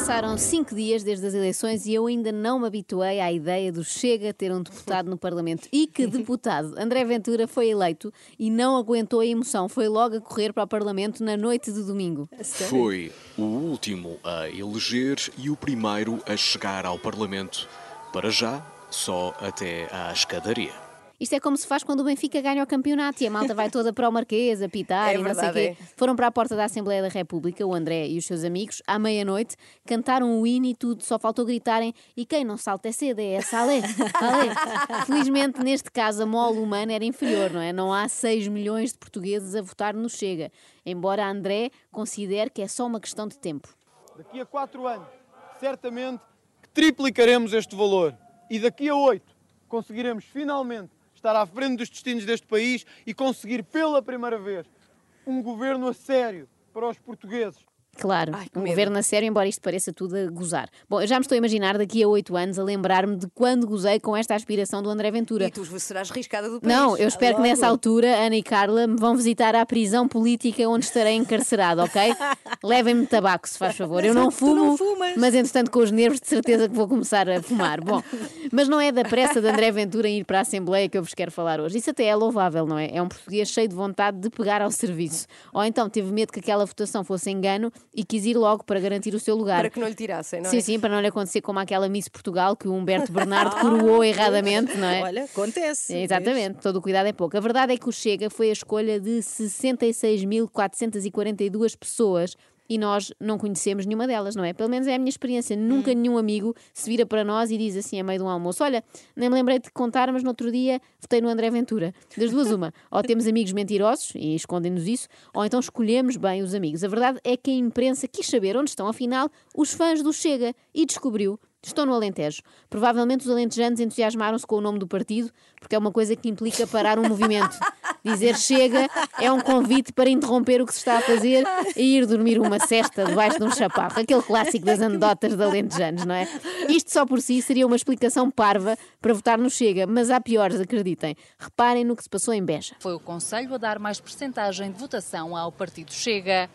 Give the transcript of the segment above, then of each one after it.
Passaram 5 dias desde as eleições e eu ainda não me habituei à ideia do Chega ter um deputado no Parlamento. E que deputado! André Ventura foi eleito e não aguentou a emoção. Foi logo a correr para o Parlamento na noite de domingo. Foi o último a eleger e o primeiro a chegar ao Parlamento. Para já, só até à escadaria. Isto é como se faz quando o Benfica ganha o campeonato e a malta vai toda para o Marquês a pitar e não sei o quê. Foram para a porta da Assembleia da República, o André e os seus amigos, à meia-noite, cantaram o hino e tudo, só faltou gritarem e quem não salta é CDS, alê, alê. Felizmente, neste caso, a mole humana era inferior, não é? Não há 6 milhões de portugueses a votar no Chega, embora André considere que é só uma questão de tempo. Daqui a 4 anos, certamente que triplicaremos este valor e daqui a 8 conseguiremos finalmente estar à frente dos destinos deste país e conseguir pela primeira vez um governo a sério para os portugueses. Claro, um governo a sério, embora isto pareça tudo a gozar. Bom, eu já me estou a imaginar daqui a 8 anos a lembrar-me de quando gozei com esta aspiração do André Ventura. E tu serás riscada do país. Não, eu espero que nessa altura Ana e Carla me vão visitar à prisão política onde estarei encarcerado, ok? Levem-me tabaco, se faz favor. Eu não fumo, mas entretanto com os nervos de certeza que vou começar a fumar. Bom, mas não é da pressa de André Ventura em ir para a Assembleia que eu vos quero falar hoje. Isso até é louvável, não é? É um português cheio de vontade de pegar ao serviço. Ou então teve medo que aquela votação fosse engano e quis ir logo para garantir o seu lugar. Para que não lhe tirassem, não é? Sim, sim, para não lhe acontecer como aquela Miss Portugal que o Humberto Bernardo coroou erradamente, não é? Olha, acontece. Exatamente, todo o cuidado é pouco. A verdade é que o Chega foi a escolha de 66.442 pessoas e nós não conhecemos nenhuma delas, não é? Pelo menos é a minha experiência. Nunca nenhum amigo se vira para nós e diz assim a meio de um almoço: olha, nem me lembrei de contar, mas no outro dia votei no André Ventura. Das duas uma. Ou temos amigos mentirosos e escondem-nos isso, ou então escolhemos bem os amigos. A verdade é que a imprensa quis saber onde estão, afinal, os fãs do Chega e descobriu. Estou no Alentejo. Provavelmente os alentejanos entusiasmaram-se com o nome do partido, porque é uma coisa que implica parar um movimento. Dizer Chega é um convite para interromper o que se está a fazer e ir dormir uma cesta debaixo de um chaparro. Aquele clássico das anedotas de alentejanos, não é? Isto só por si seria uma explicação parva para votar no Chega, mas há piores, acreditem. Reparem no que se passou em Beja. Foi o Conselho a dar mais percentagem de votação ao partido Chega,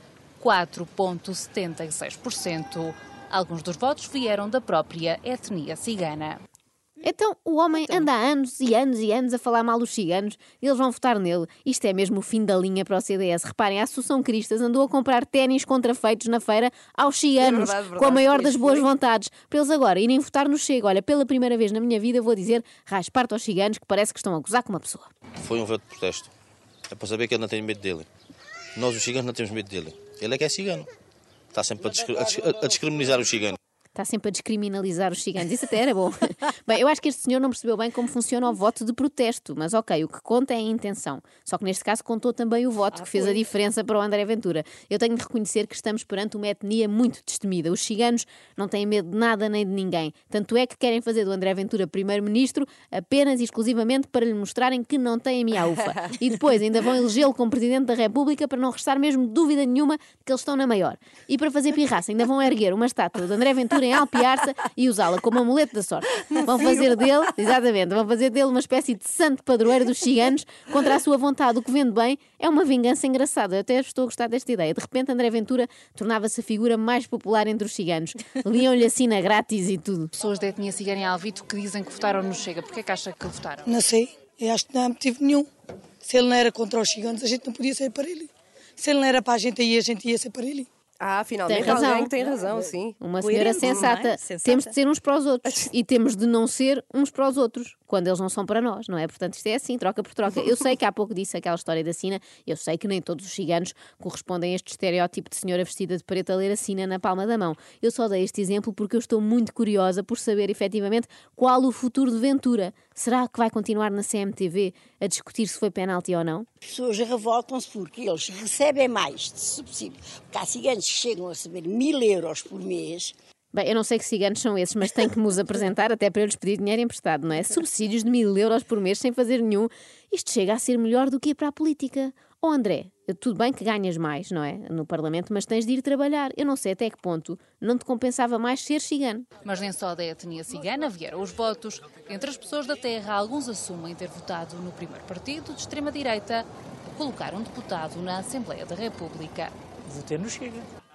4,76%. Alguns dos votos vieram da própria etnia cigana. Então, o homem anda há anos e anos e anos a falar mal dos ciganos e eles vão votar nele. Isto é mesmo o fim da linha para o CDS. Reparem, a Associação Cristas andou a comprar ténis contrafeitos na feira aos ciganos, com a maior das boas vontades, para eles agora irem votar no Chega. Olha, pela primeira vez na minha vida vou dizer rasparto aos ciganos, que parece que estão a gozar com uma pessoa. Foi um voto de protesto. É para saber que ele não tem medo dele. Nós, os ciganos, não temos medo dele. Ele é que é cigano. Está sempre a discriminar os ciganos. Está sempre a descriminalizar os ciganos. Isso até era bom. Bem, eu acho que este senhor não percebeu bem como funciona o voto de protesto. Mas ok, o que conta é a intenção. Só que neste caso contou também o voto, que fez a diferença para o André Ventura. Eu tenho de reconhecer que estamos perante uma etnia muito destemida. Os ciganos não têm medo de nada nem de ninguém. Tanto é que querem fazer do André Ventura primeiro-ministro apenas e exclusivamente para lhe mostrarem que não têm miaufa. E depois ainda vão elegê-lo como Presidente da República para não restar mesmo dúvida nenhuma de que eles estão na maior. E para fazer pirraça ainda vão erguer uma estátua de André Ventura em Alpiarça e usá-la como amuleto da sorte. Vão fazer dele, exatamente, vão fazer dele uma espécie de santo padroeiro dos ciganos contra a sua vontade. O que vende bem é uma vingança engraçada. Eu até estou a gostar desta ideia. De repente André Ventura tornava-se a figura mais popular entre os ciganos. Liam-lhe assina grátis e tudo. Pessoas da etnia cigana em Alvito que dizem que votaram no Chega. Porquê que acha que votaram? Não sei. Eu acho que não há motivo nenhum. Se ele não era contra os ciganos, a gente não podia ser para ele. Se ele não era para a gente ia ser para ele. Finalmente tem razão. alguém que tem razão, sim. Uma senhora sensata. É? Sensata. Temos de ser uns para os outros e temos de não ser uns para os outros quando eles não são para nós, não é? Portanto, isto é assim, troca por troca. Eu sei que há pouco disse aquela história da sina, eu sei que nem todos os ciganos correspondem a este estereótipo de senhora vestida de preto a ler a sina na palma da mão. Eu só dei este exemplo porque eu estou muito curiosa por saber efetivamente qual o futuro de Ventura. Será que vai continuar na CMTV a discutir se foi penalti ou não? As pessoas revoltam-se porque eles recebem mais de subsídio. Porque há ciganos que chegam a receber 1.000 euros por mês. Bem, eu não sei que ciganos são esses, mas tenho que nos apresentar até para eu lhes pedir dinheiro emprestado, não é? Subsídios de 1.000 euros por mês sem fazer nenhum. Isto chega a ser melhor do que ir para a política. Oh André, tudo bem que ganhas mais, não é? No Parlamento, mas tens de ir trabalhar. Eu não sei até que ponto não te compensava mais ser cigano. Mas nem só da etnia cigana vieram os votos. Entre as pessoas da terra, alguns assumem ter votado no primeiro partido de extrema-direita, colocar um deputado na Assembleia da República. Votei no Chega.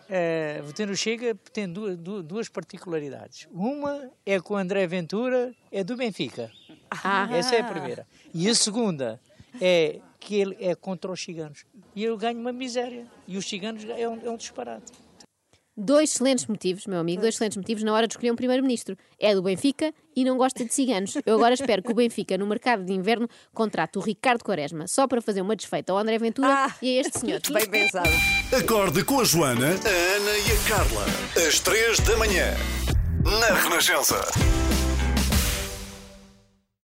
Votei no Chega tem duas particularidades. Uma é que o André Ventura é do Benfica. Essa é a primeira. E a segunda é que ele é contra os ciganos. E eu ganho uma miséria. E os ciganos é um disparate. 2 excelentes motivos, meu amigo, 2 excelentes motivos na hora de escolher um primeiro-ministro. É do Benfica e não gosta de ciganos. Eu agora espero que o Benfica, no mercado de inverno, contrate o Ricardo Quaresma, só para fazer uma desfeita ao André Ventura e a este senhor. Bem pensado. Acorde com a Joana, a Ana e a Carla. Às 3 da manhã, na Renascença.